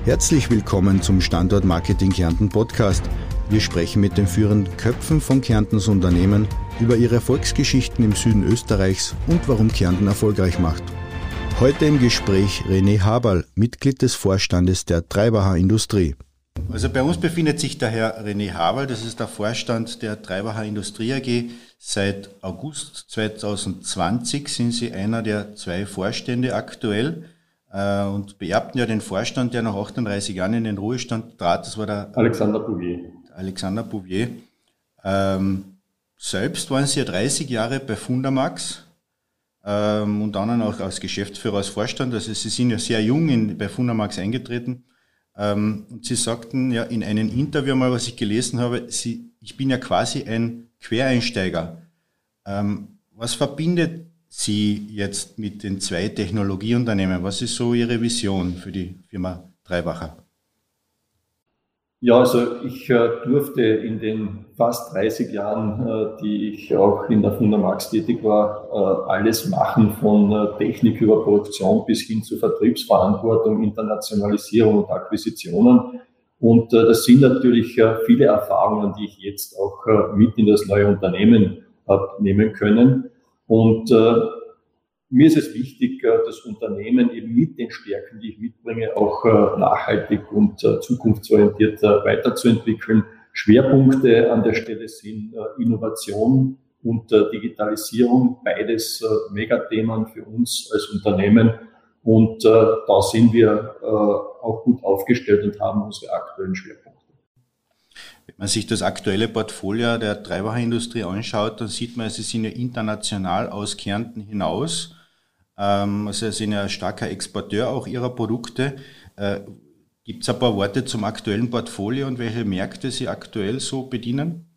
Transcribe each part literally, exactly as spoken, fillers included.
Herzlich willkommen zum Standort Marketing Kärnten Podcast. Wir sprechen mit den führenden Köpfen von Kärntens Unternehmen über ihre Erfolgsgeschichten im Süden Österreichs und warum Kärnten erfolgreich macht. Heute im Gespräch René Haberl, Mitglied des Vorstandes der Treibacher Industrie. Also bei uns befindet sich der Herr René Haberl, das ist der Vorstand der Treibacher Industrie A G. Seit August zwanzig zwanzig sind Sie einer der zwei Vorstände aktuell und beerbten ja den Vorstand, der nach achtunddreißig Jahren in den Ruhestand trat. Das war der Alexander Bouvier. Alexander Bouvier. Ähm, selbst waren Sie ja dreißig Jahre bei Fundamax ähm, und dann auch als Geschäftsführer, als Vorstand. Also Sie sind ja sehr jung in, bei Fundamax eingetreten. Ähm, und Sie sagten ja in einem Interview mal, was ich gelesen habe, Sie, ich bin ja quasi ein Quereinsteiger. Ähm, was verbindet Sie jetzt mit den zwei Technologieunternehmen? Was ist so Ihre Vision für die Firma Treibacher? Ja, also ich äh, durfte in den fast dreißig Jahren, äh, die ich auch in der Fundamax tätig war, äh, alles machen, von äh, Technik über Produktion bis hin zu Vertriebsverantwortung, Internationalisierung und Akquisitionen. Und äh, das sind natürlich äh, viele Erfahrungen, die ich jetzt auch äh, mit in das neue Unternehmen habe nehmen können. Und äh, mir ist es wichtig, das Unternehmen eben mit den Stärken, die ich mitbringe, auch nachhaltig und zukunftsorientiert weiterzuentwickeln. Schwerpunkte an der Stelle sind Innovation und Digitalisierung, beides Megathemen für uns als Unternehmen. Und da sind wir auch gut aufgestellt und haben unsere aktuellen Schwerpunkte. Wenn man sich das aktuelle Portfolio der Treibacher Industrie anschaut, dann sieht man, sie sind ja international aus Kärnten hinaus. Also sie sind ja ein starker Exporteur auch ihrer Produkte. Gibt es ein paar Worte zum aktuellen Portfolio und welche Märkte Sie aktuell so bedienen?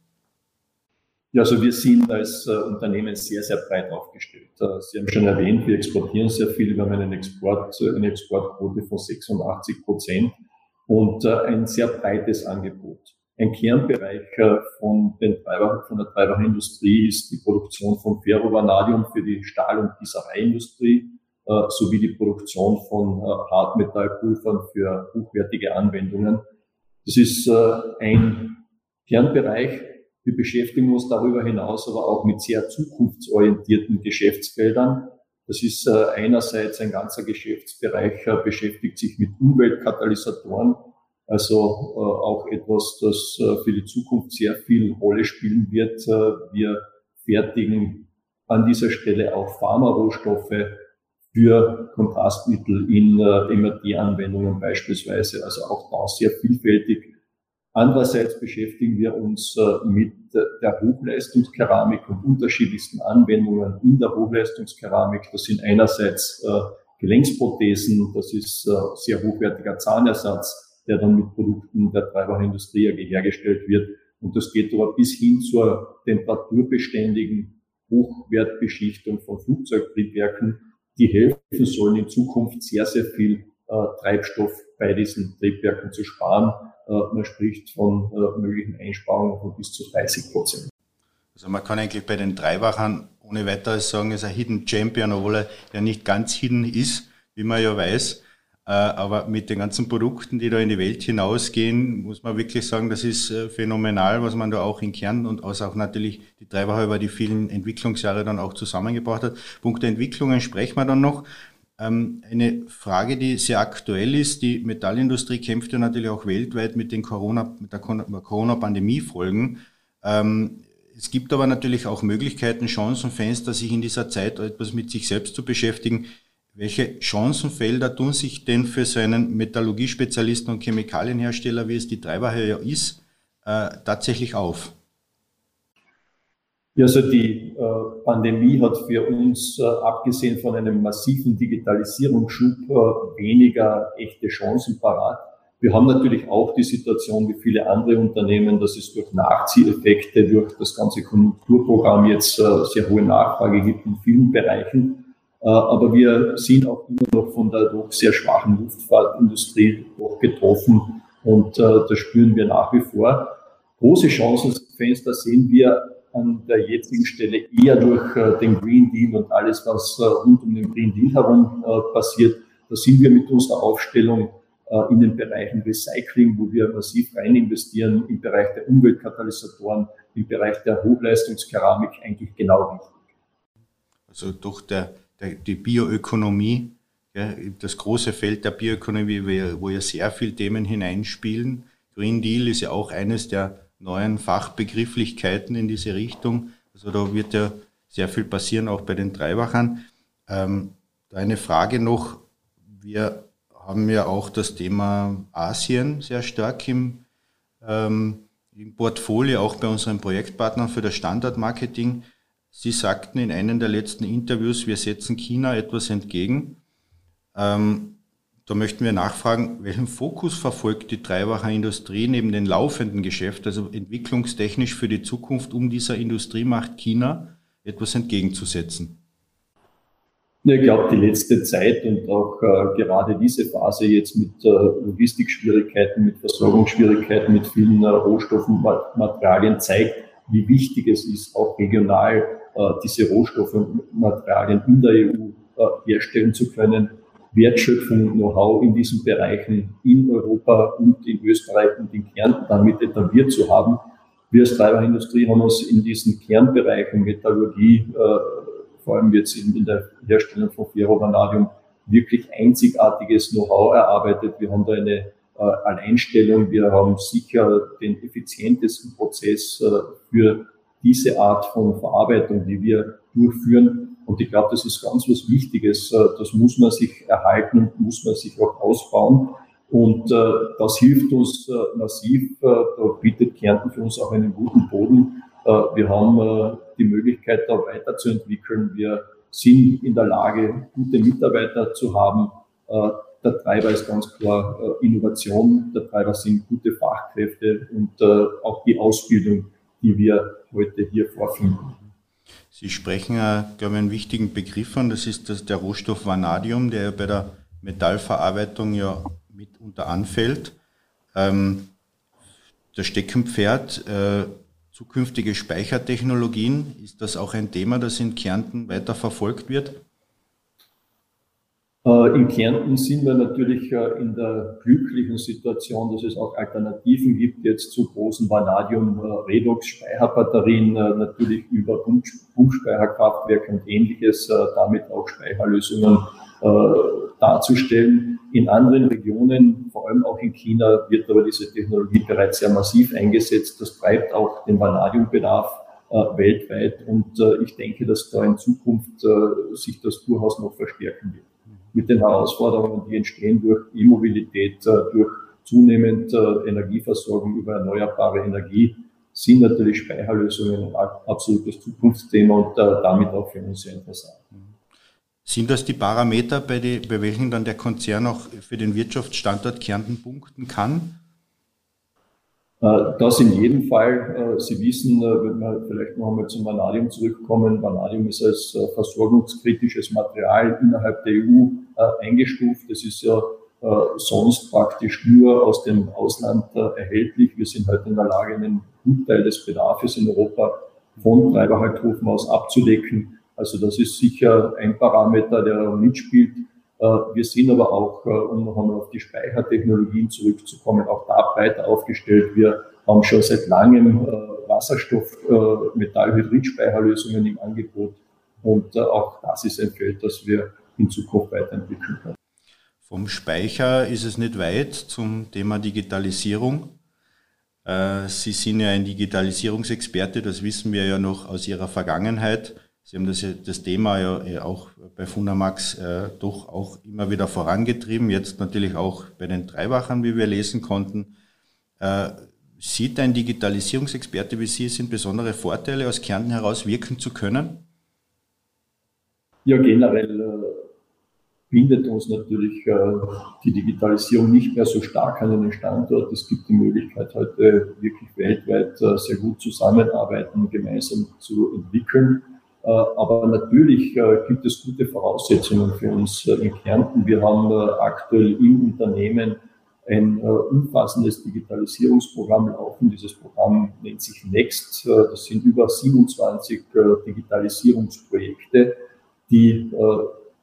Ja, also wir sind als Unternehmen sehr, sehr breit aufgestellt. Sie haben schon erwähnt, wir exportieren sehr viel. Wir haben einen Export, eine Exportquote von sechsundachtzig Prozent und ein sehr breites Angebot. Ein Kernbereich von, den Treiber, von der Treibacher Industrie ist die Produktion von Ferrovanadium für die Stahl- und Gießereiindustrie äh, sowie die Produktion von äh, Hartmetallpulvern für hochwertige Anwendungen. Das ist äh, ein Kernbereich. Wir beschäftigen uns darüber hinaus aber auch mit sehr zukunftsorientierten Geschäftsfeldern. Das ist äh, einerseits ein ganzer Geschäftsbereich, äh, beschäftigt sich mit Umweltkatalysatoren. Also äh, auch etwas, das äh, für die Zukunft sehr viel Rolle spielen wird. Äh, wir fertigen an dieser Stelle auch Pharmarohstoffe für Kontrastmittel in äh, M R T-Anwendungen beispielsweise. Also auch da sehr vielfältig. Andererseits beschäftigen wir uns äh, mit der Hochleistungskeramik und unterschiedlichsten Anwendungen in der Hochleistungskeramik. Das sind einerseits äh, Gelenksprothesen, das ist äh, sehr hochwertiger Zahnersatz, der dann mit Produkten der Treibacher Industrie A G hergestellt wird. Und das geht aber bis hin zur temperaturbeständigen Hochwertbeschichtung von Flugzeugtriebwerken, die helfen sollen, in Zukunft sehr, sehr viel äh, Treibstoff bei diesen Triebwerken zu sparen. Äh, man spricht von äh, möglichen Einsparungen von bis zu dreißig Prozent. Also man kann eigentlich bei den Treibachern ohne weiteres sagen, er ist ein Hidden Champion, obwohl er ja nicht ganz hidden ist, wie man ja weiß. Aber mit den ganzen Produkten, die da in die Welt hinausgehen, muss man wirklich sagen, das ist phänomenal, was man da auch in Kärnten und auch natürlich die Treibacher über die vielen Entwicklungsjahre dann auch zusammengebracht hat. Punkt der Entwicklungen sprechen wir dann noch. Eine Frage, die sehr aktuell ist, die Metallindustrie kämpft ja natürlich auch weltweit mit den Corona, mit der Corona-Pandemie-Folgen. Es gibt aber natürlich auch Möglichkeiten, Chancen, Fenster, sich in dieser Zeit etwas mit sich selbst zu beschäftigen. Welche Chancenfelder tun sich denn für so einen Metallurgiespezialisten und Chemikalienhersteller, wie es die Treibacher ja ist, äh, tatsächlich auf? Ja, also die äh, Pandemie hat für uns, äh, abgesehen von einem massiven Digitalisierungsschub, äh, weniger echte Chancen parat. Wir haben natürlich auch die Situation wie viele andere Unternehmen, dass es durch Nachzieheffekte, durch das ganze Konjunkturprogramm jetzt äh, sehr hohe Nachfrage gibt in vielen Bereichen. Aber wir sind auch immer noch von der doch sehr schwachen Luftfahrtindustrie noch getroffen und äh, das spüren wir nach wie vor. Große Chancenfenster sehen wir an der jetzigen Stelle eher durch äh, den Green Deal und alles, was äh, rund um den Green Deal herum äh, passiert. Da sind wir mit unserer Aufstellung in den Bereichen Recycling, wo wir massiv rein investieren, im Bereich der Umweltkatalysatoren, im Bereich der Hochleistungskeramik eigentlich genau richtig. Also durch der, der, die Bioökonomie, ja, das große Feld der Bioökonomie, wo ja sehr viele Themen hineinspielen. Green Deal ist ja auch eines der neuen Fachbegrifflichkeiten in diese Richtung. Also da wird ja sehr viel passieren, auch bei den Treibachern. Ähm, eine Frage noch, wir haben ja auch das Thema Asien sehr stark im, ähm, im Portfolio, auch bei unseren Projektpartnern für das Standortmarketing. Sie sagten in einem der letzten Interviews, wir setzen China etwas entgegen. Ähm, da möchten wir nachfragen, welchen Fokus verfolgt die Treibacher Industrie neben dem laufenden Geschäft, also entwicklungstechnisch für die Zukunft, um dieser Industriemacht China etwas entgegenzusetzen? Ich glaube, die letzte Zeit und auch äh, gerade diese Phase jetzt mit äh, Logistikschwierigkeiten, mit Versorgungsschwierigkeiten, mit vielen äh, Rohstoffen, Materialien zeigt, wie wichtig es ist, auch regional äh, diese Rohstoffe und Materialien in der E U äh, herstellen zu können, Wertschöpfung, Know-how in diesen Bereichen in Europa und in Österreich und in Kärnten damit etabliert zu haben. Wir als Treibacher Industrie haben uns in diesen Kernbereichen Metallurgie, äh, vor allem jetzt in, in der Herstellung von Ferrovanadium, wirklich einzigartiges Know-how erarbeitet. Wir haben da eine äh, Alleinstellung. Wir haben sicher den effizientesten Prozess äh, für diese Art von Verarbeitung, die wir durchführen. Und ich glaube, das ist ganz was Wichtiges. Das muss man sich erhalten und muss man sich auch ausbauen. Und äh, das hilft uns äh, massiv. Äh, da bietet Kärnten für uns auch einen guten Boden. Äh, wir haben äh, die Möglichkeit, da weiterzuentwickeln. Wir sind in der Lage, gute Mitarbeiter zu haben. Äh, der Treiber ist ganz klar äh, Innovation. Der Treiber sind gute Fachkräfte und äh, auch die Ausbildung, die wir heute hier vorfinden. Sie sprechen, äh, glaube ich, einen wichtigen Begriff an. Das ist das, der Rohstoff Vanadium, der ja bei der Metallverarbeitung ja mitunter anfällt. Ähm, das Steckenpferd, äh, zukünftige Speichertechnologien, ist das auch ein Thema, das in Kärnten weiter verfolgt wird? In Kärnten sind wir natürlich in der glücklichen Situation, dass es auch Alternativen gibt, jetzt zu großen Vanadium-Redox-Speicherbatterien, natürlich über Pumpspeicherkraftwerke und Ähnliches, damit auch Speicherlösungen darzustellen. In anderen Regionen, vor allem auch in China, wird aber diese Technologie bereits sehr massiv eingesetzt. Das treibt auch den Vanadiumbedarf weltweit und ich denke, dass da in Zukunft sich das durchaus noch verstärken wird. Mit den Herausforderungen, die entstehen durch E-Mobilität, durch zunehmend Energieversorgung über erneuerbare Energie, sind natürlich Speicherlösungen ein absolutes Zukunftsthema und damit auch für uns sehr interessant. Sind das die Parameter, bei, die, bei welchen dann der Konzern auch für den Wirtschaftsstandort Kärnten punkten kann? Das in jedem Fall. Sie wissen, wenn wir vielleicht noch einmal zum Vanadium zurückkommen, Vanadium ist als versorgungskritisches Material innerhalb der E U eingestuft. Das ist ja sonst praktisch nur aus dem Ausland erhältlich. Wir sind heute in der Lage, einen Gutteil des Bedarfs in Europa von Treiberhalthofen aus abzudecken. Also das ist sicher ein Parameter, der mitspielt. Wir sind aber auch, um noch einmal auf die Speichertechnologien zurückzukommen, auch da breiter aufgestellt. Wir haben schon seit langem Wasserstoff-Metallhydrid-Speicherlösungen im Angebot und auch das ist ein Feld, das wir in Zukunft weiterentwickeln können. Vom Speicher ist es nicht weit zum Thema Digitalisierung. Sie sind ja ein Digitalisierungsexperte, das wissen wir ja noch aus Ihrer Vergangenheit. Sie haben das, das Thema ja auch bei Funamax äh, doch auch immer wieder vorangetrieben, jetzt natürlich auch bei den Treibachern, wie wir lesen konnten. Äh, sieht ein Digitalisierungsexperte wie Sie, sind besondere Vorteile aus Kärnten heraus wirken zu können? Ja, generell äh, bindet uns natürlich äh, die Digitalisierung nicht mehr so stark an einen Standort. Es gibt die Möglichkeit, heute wirklich weltweit äh, sehr gut zusammenarbeiten, gemeinsam zu entwickeln. Aber natürlich gibt es gute Voraussetzungen für uns in Kärnten. Wir haben aktuell im Unternehmen ein umfassendes Digitalisierungsprogramm laufen. Dieses Programm nennt sich Next. Das sind über siebenundzwanzig Digitalisierungsprojekte, die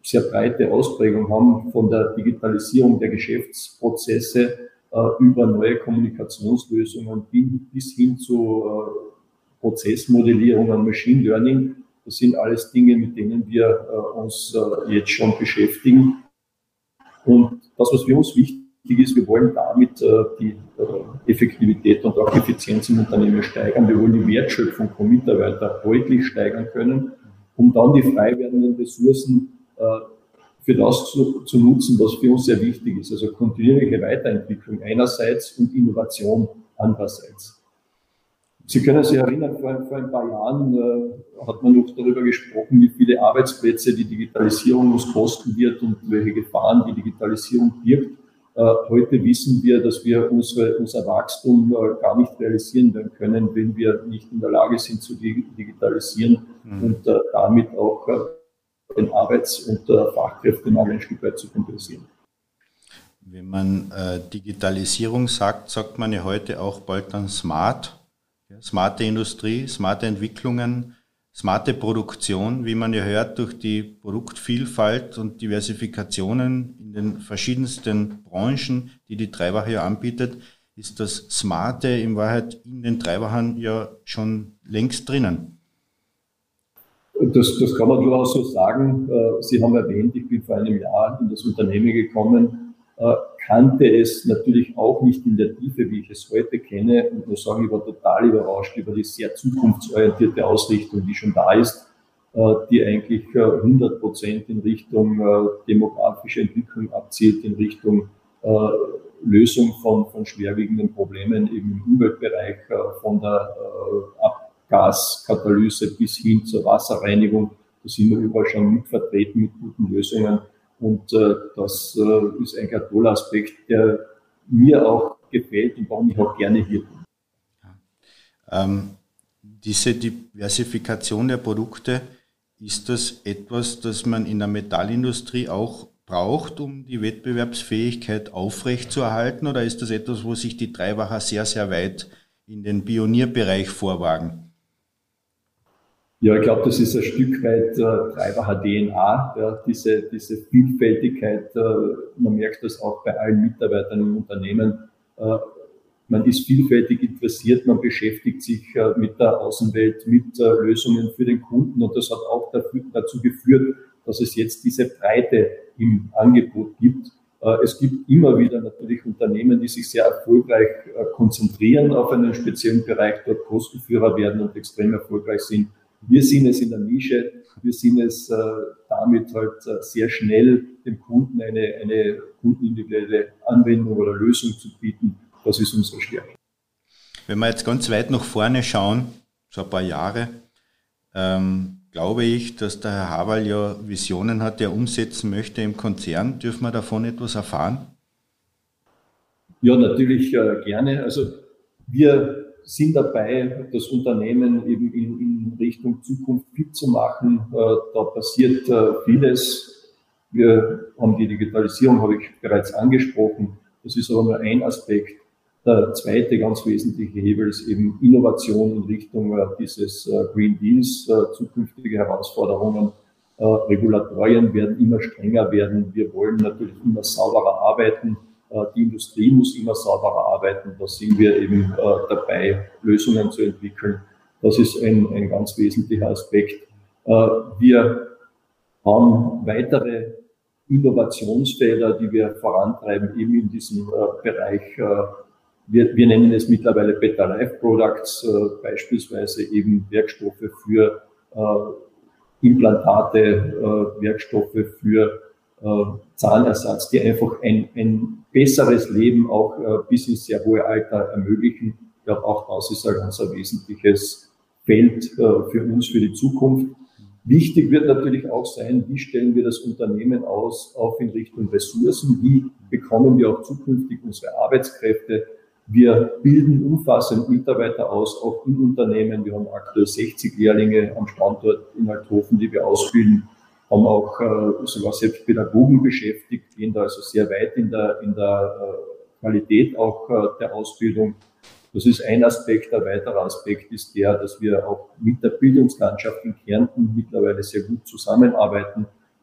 sehr breite Ausprägung haben, von der Digitalisierung der Geschäftsprozesse äh, über neue Kommunikationslösungen bis hin zu äh, Prozessmodellierung und Machine Learning. Das sind alles Dinge, mit denen wir äh, uns äh, jetzt schon beschäftigen. Und das, was für uns wichtig ist, wir wollen damit äh, die äh, Effektivität und auch Effizienz im Unternehmen steigern. Wir wollen die Wertschöpfung von Mitarbeitern deutlich steigern können, um dann die frei werdenden Ressourcen äh, für das zu, zu nutzen, was für uns sehr wichtig ist. Also kontinuierliche Weiterentwicklung einerseits und Innovation andererseits. Sie können sich erinnern, vor, vor ein paar Jahren äh, hat man noch darüber gesprochen, wie viele Arbeitsplätze die Digitalisierung uns kosten wird und welche Gefahren die Digitalisierung birgt. Äh, heute wissen wir, dass wir unsere, unser Wachstum äh, gar nicht realisieren werden können, wenn wir nicht in der Lage sind zu digitalisieren mhm. und äh, damit auch äh, den Arbeits- und äh, Fachkräftemangel ein Stück weit zu kompensieren. Wenn man äh, Digitalisierung sagt, sagt man ja heute auch bald dann smart. Ja, smarte Industrie, smarte Entwicklungen, smarte Produktion, wie man ja hört, durch die Produktvielfalt und Diversifikationen in den verschiedensten Branchen, die die Treibacher ja anbietet, ist das Smarte in Wahrheit in den Treibachern ja schon längst drinnen. Das, das kann man durchaus so sagen. Sie haben erwähnt, ich bin vor einem Jahr in das Unternehmen gekommen, kannte es natürlich auch nicht in der Tiefe, wie ich es heute kenne, und muss sagen, ich war total überrascht über die sehr zukunftsorientierte Ausrichtung, die schon da ist, die eigentlich hundert Prozent in Richtung demografische Entwicklung abzielt, in Richtung Lösung von, von schwerwiegenden Problemen eben im Umweltbereich, von der Abgaskatalyse bis hin zur Wasserreinigung. Da sind wir überall schon mit vertreten mit guten Lösungen. Und äh, das äh, ist eigentlich ein toller Aspekt, der mir auch gefällt und warum ich auch gerne hier bin. Ja. Ähm, diese Diversifikation der Produkte, ist das etwas, das man in der Metallindustrie auch braucht, um die Wettbewerbsfähigkeit aufrechtzuerhalten, oder ist das etwas, wo sich die Treibacher sehr, sehr weit in den Pionierbereich vorwagen? Ja, ich glaube, das ist ein Stück weit äh, Treibacher D N A, ja, diese, diese Vielfältigkeit. Äh, man merkt das auch bei allen Mitarbeitern im Unternehmen. Äh, man ist vielfältig interessiert, man beschäftigt sich äh, mit der Außenwelt, mit äh, Lösungen für den Kunden, und das hat auch dafür, dazu geführt, dass es jetzt diese Breite im Angebot gibt. Äh, es gibt immer wieder natürlich Unternehmen, die sich sehr erfolgreich äh, konzentrieren auf einen speziellen Bereich, dort Kostenführer werden und extrem erfolgreich sind. Wir sind es in der Nische, wir sind es äh, damit halt äh, sehr schnell dem Kunden eine, eine kundenindividuelle Anwendung oder Lösung zu bieten. Das ist unsere Stärke. Wenn wir jetzt ganz weit nach vorne schauen, so ein paar Jahre, ähm, glaube ich, dass der Herr Haberl ja Visionen hat, die er umsetzen möchte im Konzern. Dürfen wir davon etwas erfahren? Ja, natürlich äh, gerne. Also wir sind dabei, das Unternehmen eben in, in Richtung Zukunft fit zu machen. Äh, da passiert äh, vieles. Wir haben die Digitalisierung, habe ich bereits angesprochen. Das ist aber nur ein Aspekt. Der zweite ganz wesentliche Hebel ist eben Innovation in Richtung äh, dieses äh, Green Deals, äh, zukünftige Herausforderungen. Äh, Regulatorien werden immer strenger werden. Wir wollen natürlich immer sauberer arbeiten. Die Industrie muss immer sauberer arbeiten. Da sind wir eben äh, dabei, Lösungen zu entwickeln. Das ist ein, ein ganz wesentlicher Aspekt. Äh, wir haben weitere Innovationsfelder, die wir vorantreiben, eben in diesem äh, Bereich. Äh, wir, wir nennen es mittlerweile Better Life Products, äh, beispielsweise eben Werkstoffe für äh, Implantate, äh, Werkstoffe für Zahnersatz, die einfach ein, ein besseres Leben auch äh, bis ins sehr hohe Alter ermöglichen. Ich glaube, auch das ist ein ganz ein wesentliches Feld äh, für uns, für die Zukunft. Wichtig wird natürlich auch sein, wie stellen wir das Unternehmen aus, auch in Richtung Ressourcen, wie bekommen wir auch zukünftig unsere Arbeitskräfte. Wir bilden umfassend Mitarbeiter aus, auch im Unternehmen. Wir haben aktuell sechzig Lehrlinge am Standort in Althofen, die wir ausbilden. Haben auch äh, sogar selbst Pädagogen beschäftigt, gehen da also sehr weit in der, in der äh, Qualität auch äh, der Ausbildung. Das ist ein Aspekt. Ein weiterer Aspekt ist der, dass wir auch mit der Bildungslandschaft in Kärnten mittlerweile sehr gut zusammenarbeiten.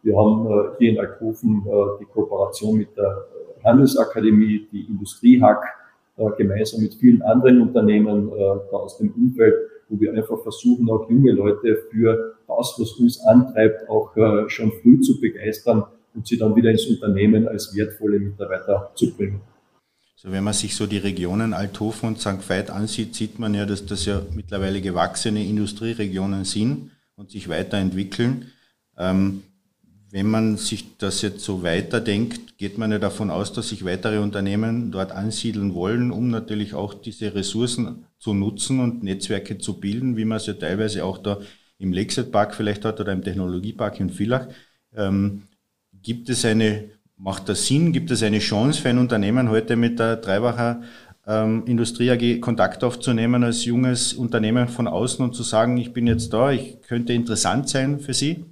Wir haben hier in Althofen die Kooperation mit der Handelsakademie, die Industriehack, gemeinsam mit vielen anderen Unternehmen da aus dem Umfeld, wo wir einfach versuchen, auch junge Leute für das, was uns antreibt, auch schon früh zu begeistern und sie dann wieder ins Unternehmen als wertvolle Mitarbeiter zu bringen. So, wenn man sich so die Regionen Althofen und Sankt Veit ansieht, sieht man ja, dass das ja mittlerweile gewachsene Industrieregionen sind und sich weiterentwickeln. Ähm, wenn man sich das jetzt so weiterdenkt, geht man ja davon aus, dass sich weitere Unternehmen dort ansiedeln wollen, um natürlich auch diese Ressourcen zu nutzen und Netzwerke zu bilden, wie man es ja teilweise auch da im Lexet Park vielleicht hat oder im Technologiepark in Villach. Ähm, gibt es eine, macht das Sinn, gibt es eine Chance für ein Unternehmen heute mit der Treibacher ähm, Industrie A G Kontakt aufzunehmen als junges Unternehmen von außen und zu sagen, ich bin jetzt da, ich könnte interessant sein für Sie?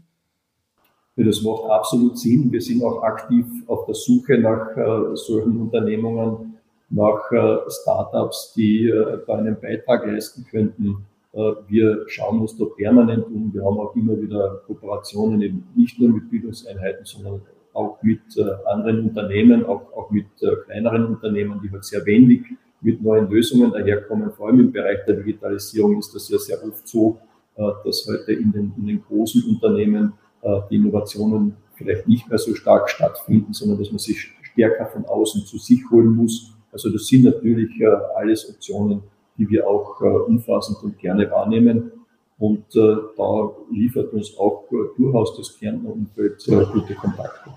Ja, das macht absolut Sinn. Wir sind auch aktiv auf der Suche nach äh, solchen Unternehmungen, nach äh, Startups, die äh, da einen Beitrag leisten könnten. Äh, wir schauen uns da permanent um. Wir haben auch immer wieder Kooperationen, eben nicht nur mit Bildungseinheiten, sondern auch mit äh, anderen Unternehmen, auch, auch mit äh, kleineren Unternehmen, die halt sehr wendig mit neuen Lösungen daherkommen. Vor allem im Bereich der Digitalisierung ist das ja sehr oft so, äh, dass heute in den, in den großen Unternehmen die Innovationen vielleicht nicht mehr so stark stattfinden, sondern dass man sich stärker von außen zu sich holen muss. Also das sind natürlich alles Optionen, die wir auch umfassend und gerne wahrnehmen. Und da liefert uns auch durchaus das Kärntner Umfeld gute Kontakte.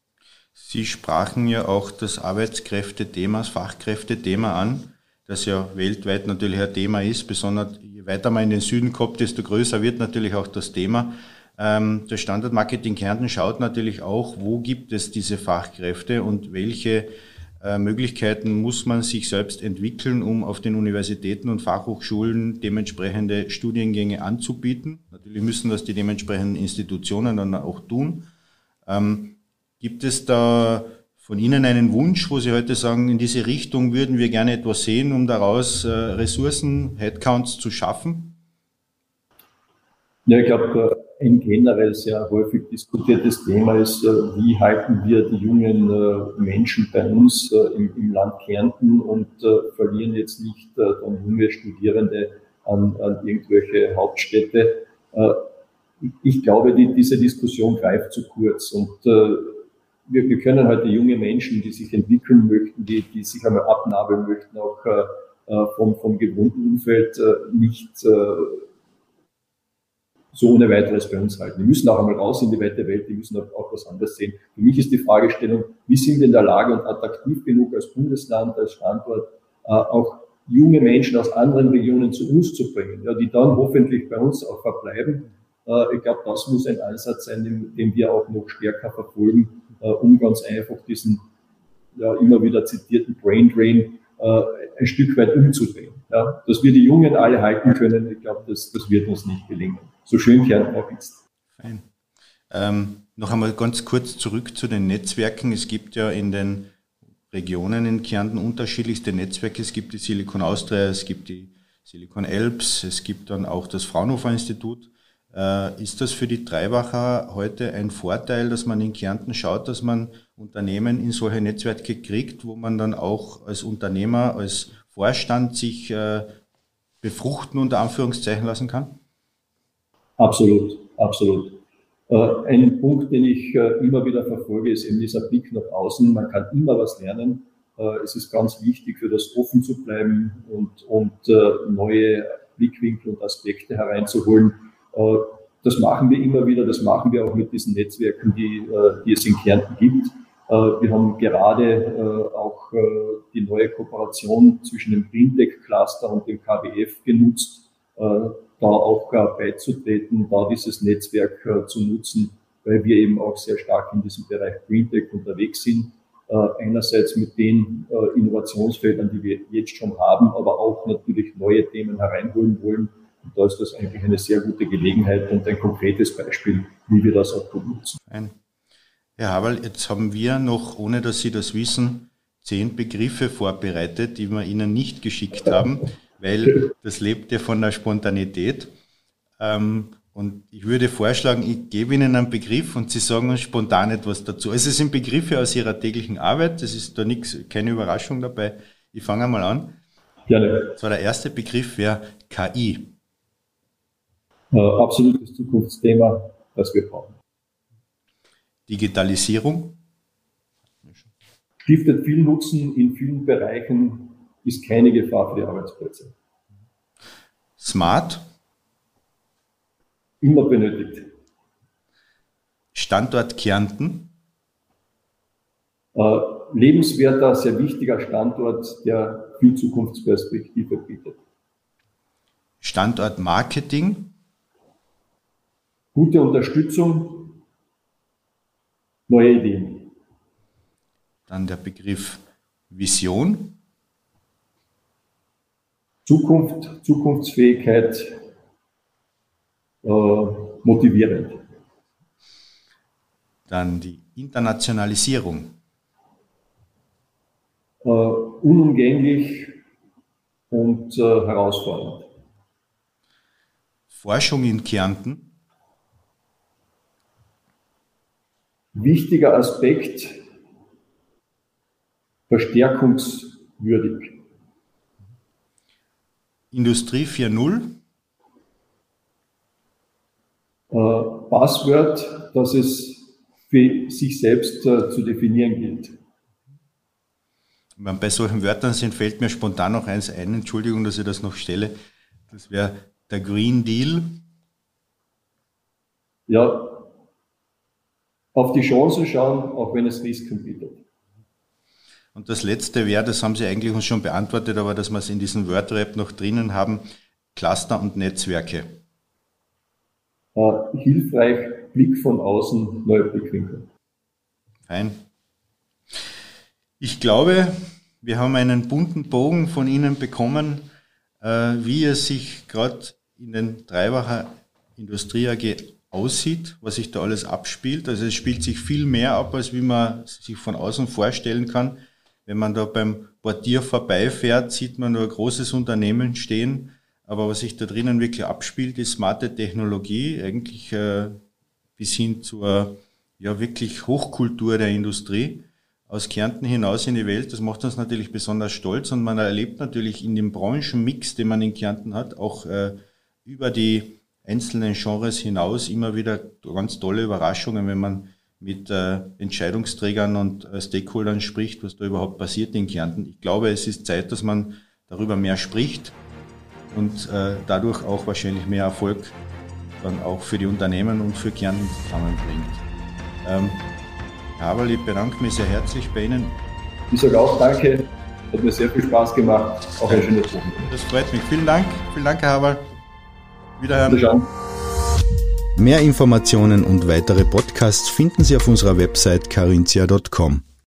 Sie sprachen ja auch das Arbeitskräftethema, das Fachkräftethema an, das ja weltweit natürlich ein Thema ist. Besonders je weiter man in den Süden kommt, desto größer wird natürlich auch das Thema. Ähm, der Standortmarketing Kärnten schaut natürlich auch, wo gibt es diese Fachkräfte und welche äh, Möglichkeiten muss man sich selbst entwickeln, um auf den Universitäten und Fachhochschulen dementsprechende Studiengänge anzubieten. Natürlich müssen das die dementsprechenden Institutionen dann auch tun. Ähm, gibt es da von Ihnen einen Wunsch, wo Sie heute sagen, in diese Richtung würden wir gerne etwas sehen, um daraus äh, Ressourcen, Headcounts zu schaffen? Ja, ich glaube, ein generell sehr häufig diskutiertes Thema ist, wie halten wir die jungen Menschen bei uns im, im Land Kärnten und verlieren jetzt nicht dann junge Studierende an, an irgendwelche Hauptstädte. Ich glaube, die, diese Diskussion greift zu kurz und wir, wir können heute junge Menschen, die sich entwickeln möchten, die, die sich einmal abnabeln möchten, auch vom, vom gewohnten Umfeld nicht so ohne weiteres bei uns halten. Die müssen auch einmal raus in die weite Welt, die müssen auch, auch was anderes sehen. Für mich ist die Fragestellung, wie sind wir in der Lage und attraktiv genug als Bundesland, als Standort, äh, auch junge Menschen aus anderen Regionen zu uns zu bringen, ja, die dann hoffentlich bei uns auch verbleiben. Äh, ich glaube, das muss ein Ansatz sein, den, den wir auch noch stärker verfolgen, äh, um ganz einfach diesen ja, immer wieder zitierten Brain Drain äh, ein Stück weit umzudrehen. Ja. Dass wir die Jungen alle halten können, ich glaube, das, das wird uns nicht gelingen. So schön Kärnten auch ist. Fein. Ähm, noch einmal ganz kurz zurück zu den Netzwerken. Es gibt ja in den Regionen in Kärnten unterschiedlichste Netzwerke. Es gibt die Silicon Austria, es gibt die Silicon Alps, es gibt dann auch das Fraunhofer Institut. Äh, ist das für die Treibacher heute ein Vorteil, dass man in Kärnten schaut, dass man Unternehmen in solche Netzwerke kriegt, wo man dann auch als Unternehmer, als Vorstand sich äh, befruchten unter Anführungszeichen lassen kann? Absolut, absolut. Ein Punkt, den ich immer wieder verfolge, ist eben dieser Blick nach außen. Man kann immer was lernen. Es ist ganz wichtig, für das offen zu bleiben und, und neue Blickwinkel und Aspekte hereinzuholen. Das machen wir immer wieder. Das machen wir auch mit diesen Netzwerken, die, die es in Kärnten gibt. Wir haben gerade auch die neue Kooperation zwischen dem Greentech-Cluster und dem K W F genutzt, da auch beizutreten, da dieses Netzwerk zu nutzen, weil wir eben auch sehr stark in diesem Bereich Greentech unterwegs sind. Einerseits mit den Innovationsfeldern, die wir jetzt schon haben, aber auch natürlich neue Themen hereinholen wollen. Und da ist das eigentlich eine sehr gute Gelegenheit und ein konkretes Beispiel, wie wir das auch nutzen. Herr Haberl, jetzt haben wir noch, ohne dass Sie das wissen, zehn Begriffe vorbereitet, die wir Ihnen nicht geschickt haben, weil das lebt ja von der Spontanität. Ähm, Und ich würde vorschlagen, ich gebe Ihnen einen Begriff und Sie sagen uns spontan etwas dazu. Also es sind Begriffe aus Ihrer täglichen Arbeit, das ist da nichts, keine Überraschung dabei. Ich fange einmal an. Gerne. So, der erste Begriff wäre K I. Äh, absolutes Zukunftsthema, das wir brauchen. Digitalisierung. Stiftet viel Nutzen in vielen Bereichen, ist keine Gefahr für die Arbeitsplätze. Smart. Immer benötigt. Standort Kärnten. Äh, lebenswerter, sehr wichtiger Standort, der viel Zukunftsperspektive bietet. Standort Marketing. Gute Unterstützung, neue Ideen. Dann der Begriff Vision. Zukunft, Zukunftsfähigkeit, äh, motivierend. Dann die Internationalisierung. Äh, unumgänglich und äh, herausfordernd. Forschung in Kärnten. Wichtiger Aspekt, verstärkungswürdig. Industrie vier Punkt null. Äh, Passwort, das es für sich selbst äh, zu definieren gilt. Wenn bei solchen Wörtern sind, fällt mir spontan noch eins ein. Entschuldigung, dass ich das noch stelle. Das wäre der Green Deal. Ja, auf die Chancen schauen, auch wenn es Risiken bietet. Und das letzte wäre, das haben Sie eigentlich uns schon beantwortet, aber dass wir es in diesem Wordrap noch drinnen haben, Cluster und Netzwerke. Äh, hilfreich, Blick von außen, neue Blickwinkel. Fein. Ich glaube, wir haben einen bunten Bogen von Ihnen bekommen, äh, wie es sich gerade in den Treibacher Industrie A G aussieht, was sich da alles abspielt. Also es spielt sich viel mehr ab, als wie man sich von außen vorstellen kann. Wenn man da beim Portier vorbeifährt, sieht man nur ein großes Unternehmen stehen. Aber was sich da drinnen wirklich abspielt, ist smarte Technologie, eigentlich äh, bis hin zur ja wirklich Hochkultur der Industrie aus Kärnten hinaus in die Welt. Das macht uns natürlich besonders stolz und man erlebt natürlich in dem Branchenmix, den man in Kärnten hat, auch äh, über die einzelnen Genres hinaus immer wieder ganz tolle Überraschungen, wenn man mit äh, Entscheidungsträgern und äh, Stakeholdern spricht, was da überhaupt passiert in Kärnten. Ich glaube, es ist Zeit, dass man darüber mehr spricht und äh, dadurch auch wahrscheinlich mehr Erfolg dann auch für die Unternehmen und für Kärnten zusammenbringt. Ähm, Herr Haberl, ich bedanke mich sehr herzlich bei Ihnen. Ich sage auch danke, hat mir sehr viel Spaß gemacht, auch ein schönes Wochenende. Das freut mich. Vielen Dank, vielen Dank, Herr Haberl. Wiederhören. Wiederschauen. Mehr Informationen und weitere Podcasts finden Sie auf unserer Website carinthia punkt com.